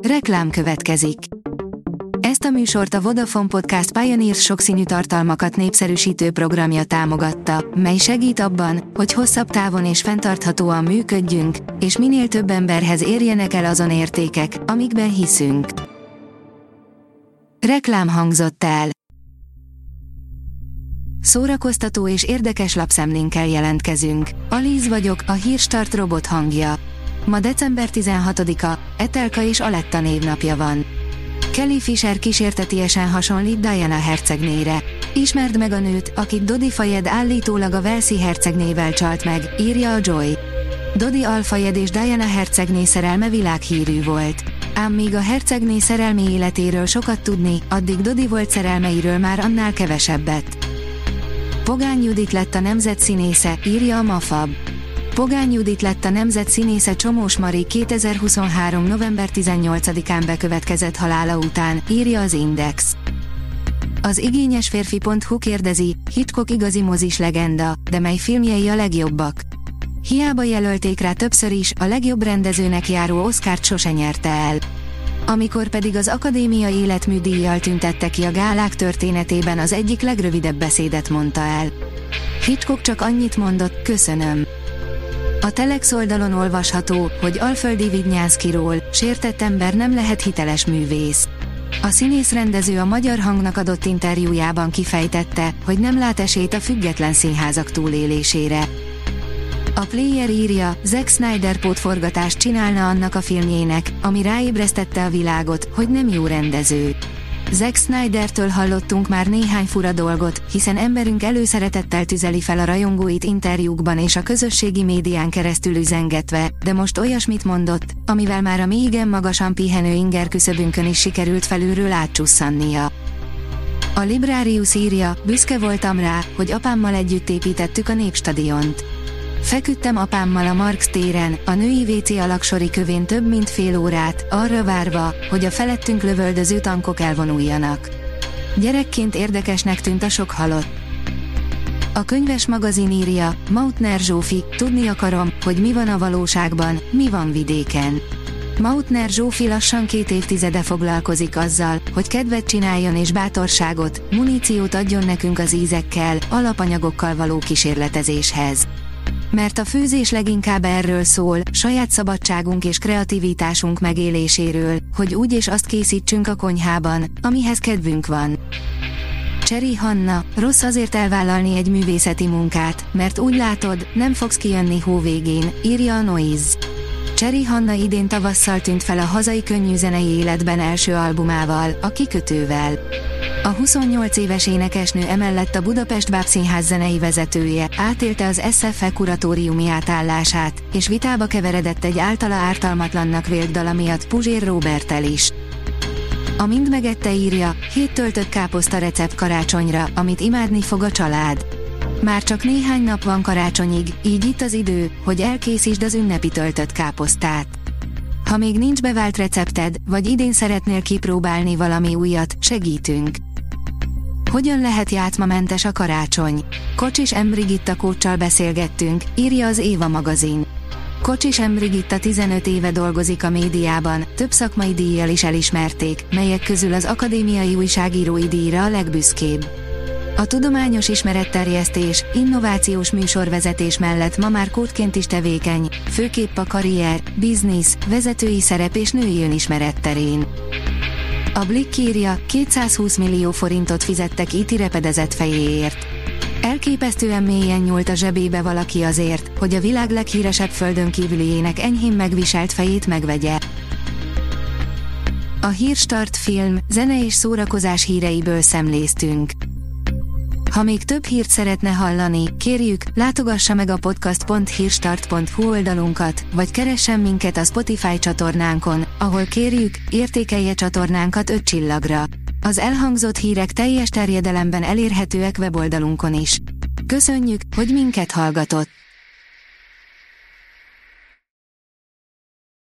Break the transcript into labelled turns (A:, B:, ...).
A: Reklám következik. Ezt a műsort a Vodafone Podcast Pioneers sokszínű tartalmakat népszerűsítő programja támogatta, mely segít abban, hogy hosszabb távon és fenntarthatóan működjünk, és minél több emberhez érjenek el azon értékek, amikben hiszünk. Reklám hangzott el. Szórakoztató és érdekes lapszemlénkkel jelentkezünk. Alíz vagyok, a Hírstart robot hangja. Ma december 16-a, Etelka és Aletta névnapja van. Kelly Fisher kísértetiesen hasonlít Diana hercegnére. Ismerd meg a nőt, akit Dodi Fayed állítólag a Walesi hercegnével csalt meg, írja a Joy. Dodi Al-Fayed és Diana hercegné szerelme világhírű volt. Ám míg a hercegné szerelmi életéről sokat tudni, addig Dodi volt szerelmeiről már annál kevesebbet. Pogány Judit lett a nemzet színésze, írja a Mafab. Pogány Judit lett a nemzet színésze Csomós Mari 2023. november 18-án bekövetkezett halála után, írja az Index. Az igényesférfi.hu kérdezi, Hitchcock igazi mozis legenda, de mely filmjei a legjobbak? Hiába jelölték rá többször is, a legjobb rendezőnek járó Oscart sose nyerte el. Amikor pedig az Akadémia életműdíjjal tüntette ki a gálák történetében, az egyik legrövidebb beszédet mondta el. Hitchcock csak annyit mondott, köszönöm. A Telex oldalon olvasható, hogy Alföldi Vidnyánszkiról, sértett ember nem lehet hiteles művész. A színész-rendező a Magyar Hangnak adott interjújában kifejtette, hogy nem lát esélyt a független színházak túlélésére. A Player írja, Zack Snyder pótforgatást csinálna annak a filmjének, ami ráébresztette a világot, hogy nem jó rendező. Zack Snydertől hallottunk már néhány fura dolgot, hiszen emberünk előszeretettel tüzeli fel a rajongóit interjúkban és a közösségi médián keresztül üzengetve, de most olyasmit mondott, amivel már a mi igen magasan pihenő inger küszöbünkön is sikerült felülről átcsusszannia. A Librarius írja, büszke voltam rá, hogy apámmal együtt építettük a Népstadiont. Feküdtem apámmal a Marx téren, a női WC alaksori kövén több mint fél órát, arra várva, hogy a felettünk lövöldöző tankok elvonuljanak. Gyerekként érdekesnek tűnt a sok halott. A Könyves magazin írja, Mautner Zsófi, tudni akarom, hogy mi van a valóságban, mi van vidéken. Mautner Zsófi lassan 2 évtizede foglalkozik azzal, hogy kedvet csináljon és bátorságot, muníciót adjon nekünk az ízekkel, alapanyagokkal való kísérletezéshez. Mert a főzés leginkább erről szól, saját szabadságunk és kreativitásunk megéléséről, hogy úgy és azt készítsünk a konyhában, amihez kedvünk van. Cseri Hanna, rossz azért elvállalni egy művészeti munkát, mert úgy látod, nem fogsz kijönni hóvégén, írja a Noise. Cseri Hanna idén tavasszal tűnt fel a hazai könnyűzenei életben első albumával, a Kikötővel. A 28 éves énekesnő emellett a Budapest Bábszínház zenei vezetője, átélte az SFE kuratóriumi átállását, és vitába keveredett egy általa ártalmatlannak vélt dala miatt Puzsér Róberttel is. A Mind megette írja, 7 töltött káposzta recept karácsonyra, amit imádni fog a család. Már csak néhány nap van karácsonyig, így itt az idő, hogy elkészítsd az ünnepi töltött káposztát. Ha még nincs bevált recepted, vagy idén szeretnél kipróbálni valami újat, segítünk. Hogyan lehet játszmamentes a karácsony? Kocsis M. Brigitta coachsal beszélgettünk, írja az Éva magazin. Kocsis M. Brigitta 15 éve dolgozik a médiában, több szakmai díjjal is elismerték, melyek közül az Akadémiai Újságírói díjra a legbüszkébb. A tudományos ismeretterjesztés, innovációs műsorvezetés mellett ma már kódként is tevékeny, főképp a karrier, biznisz, vezetői szerep és női önismeret terén. A Blick írja, 220 millió forintot fizettek IT repedezett fejéért. Elképesztően mélyen nyúlt a zsebébe valaki azért, hogy a világ leghíresebb földön kívüliének enyhén megviselt fejét megvegye. A Hírstart film, zene és szórakozás híreiből szemléztünk. Ha még több hírt szeretne hallani, kérjük, látogassa meg a podcast.hírstart.hu oldalunkat, vagy keressen minket a Spotify csatornánkon, ahol kérjük, értékelje csatornánkat 5 csillagra. Az elhangzott hírek teljes terjedelemben elérhetőek weboldalunkon is. Köszönjük, hogy minket hallgatott!